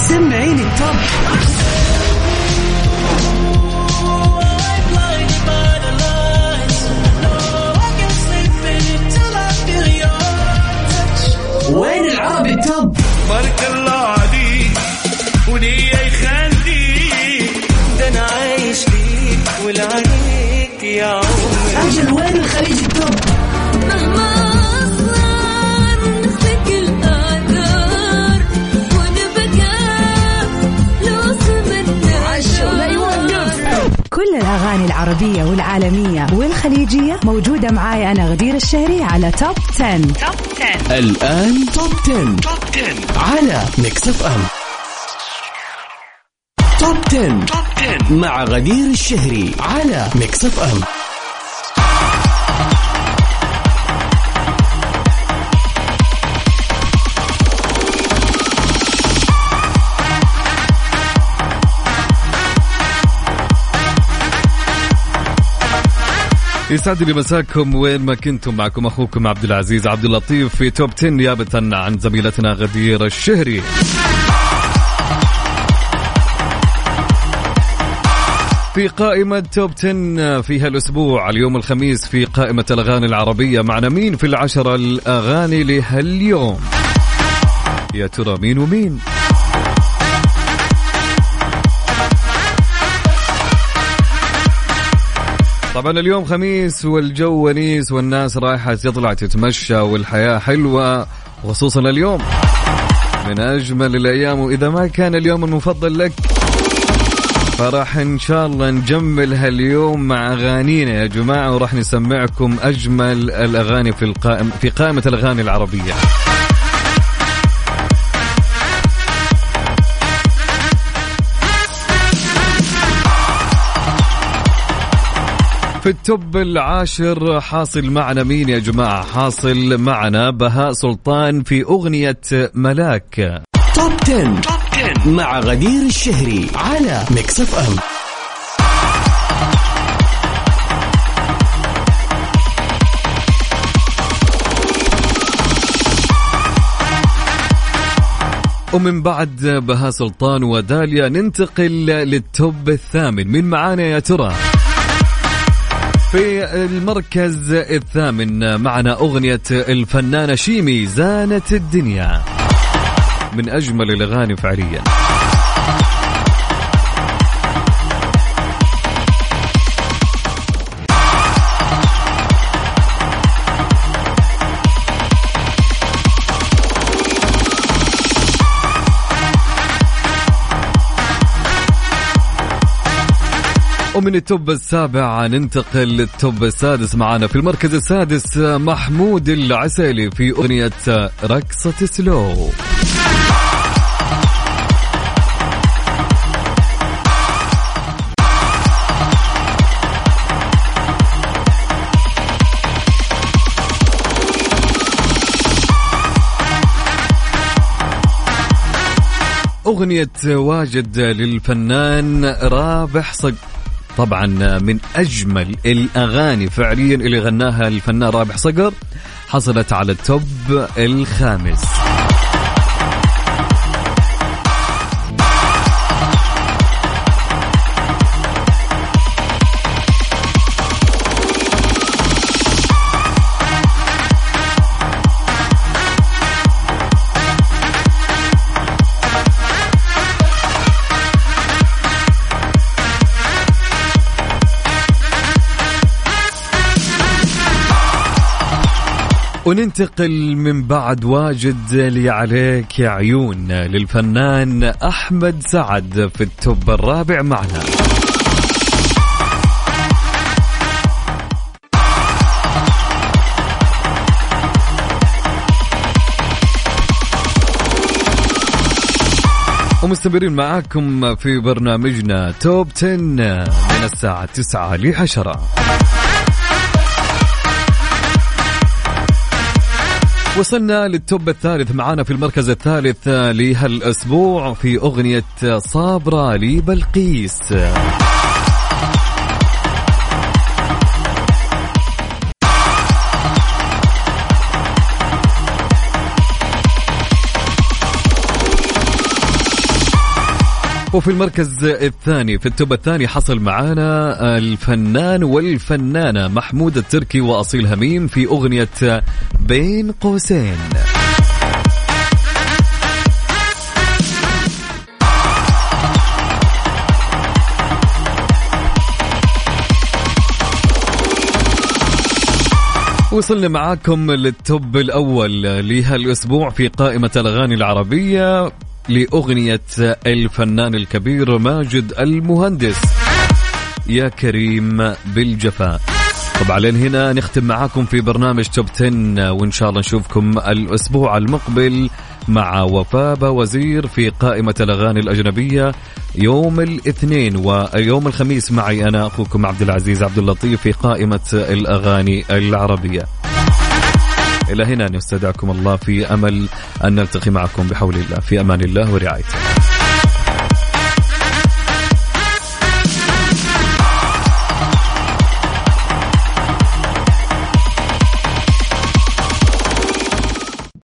سمعيني التوب. وين العربي التوب؟ بارك الله عليك ولي يخليك، ده انا عايش فيك والعليك يا عمري. أجل وين الخليج التوب؟ مهما أصغر نخلق الأعذار ونبقى لوصل من عشو لا يوقف. كل الأغاني العربية والعالمية والخليجية موجودة معاي أنا غدير الشهري على توب 10. الآن توب 10 على ميكس اف ام. توب 10 مع غدير الشهري على ميكس اف ام. يسعد لي مساكم وين ما كنتم. معكم أخوكم عبد العزيز عبد اللطيف في توب 10 نيابة عن زميلتنا غدير الشهري. في قائمة توب 10 فيها الأسبوع اليوم الخميس في قائمة الأغاني العربية، معنا مين في 10 الأغاني لهاليوم؟ يا ترى مين ومين؟ طبعا اليوم خميس والجو ونيس والناس رايحة تطلع تتمشى والحياة حلوة، وخصوصا اليوم من أجمل الأيام، وإذا ما كان اليوم المفضل لك فراح إن شاء الله نجمل هاليوم مع أغانينا يا جماعة، وراح نسمعكم أجمل الأغاني في قائمة الأغاني العربية. في التوب 10 حاصل معنا مين يا جماعة؟ حاصل معنا بهاء سلطان في أغنية ملاك. توب 10 مع غدير الشهري على ميكس اف ام. ومن بعد بهاء سلطان وداليا ننتقل للتوب 8. من معانا يا ترى؟ في المركز 8 معنا أغنية الفنانة شيمي زانت الدنيا، من أجمل الأغاني فعليا. ومن التوب 7 ننتقل للتوب 6. معنا في المركز 6 محمود العسيلي في أغنية رقصة سلو. أغنية واجد للفنان رابح صقر، طبعا من أجمل الأغاني فعليا اللي غناها الفنان رابح صقر، حصلت على التوب 5. وننتقل من بعد واجد لي عليك يا عيون للفنان أحمد سعد في التوب 4 معنا. ومستمرين معاكم في برنامجنا توب 10 من الساعة 9 ل 10. وصلنا للتوب 3. معانا في المركز 3 لهالأسبوع في أغنية صابرة لبلقيس. وفي المركز الثاني في التوب الثاني حصل معانا الفنان والفنانة محمود التركي وأصيل هميم في أغنية بين قوسين. وصلنا معاكم للتوب الأول لهالأسبوع في قائمة الأغاني العربية لأغنية الفنان الكبير ماجد المهندس يا كريم بالجفاء. طبعا لين هنا نختم معاكم في برنامج توب 10، وإن شاء الله نشوفكم الأسبوع المقبل مع وفاء وزير في قائمة الأغاني الأجنبية يوم الاثنين، ويوم الخميس معي أنا أخوكم عبد العزيز عبد اللطيف في قائمة الأغاني العربية. إلى هنا نستودعكم الله في أمل أن نلتقي معكم بحول الله، في أمان الله ورعايته.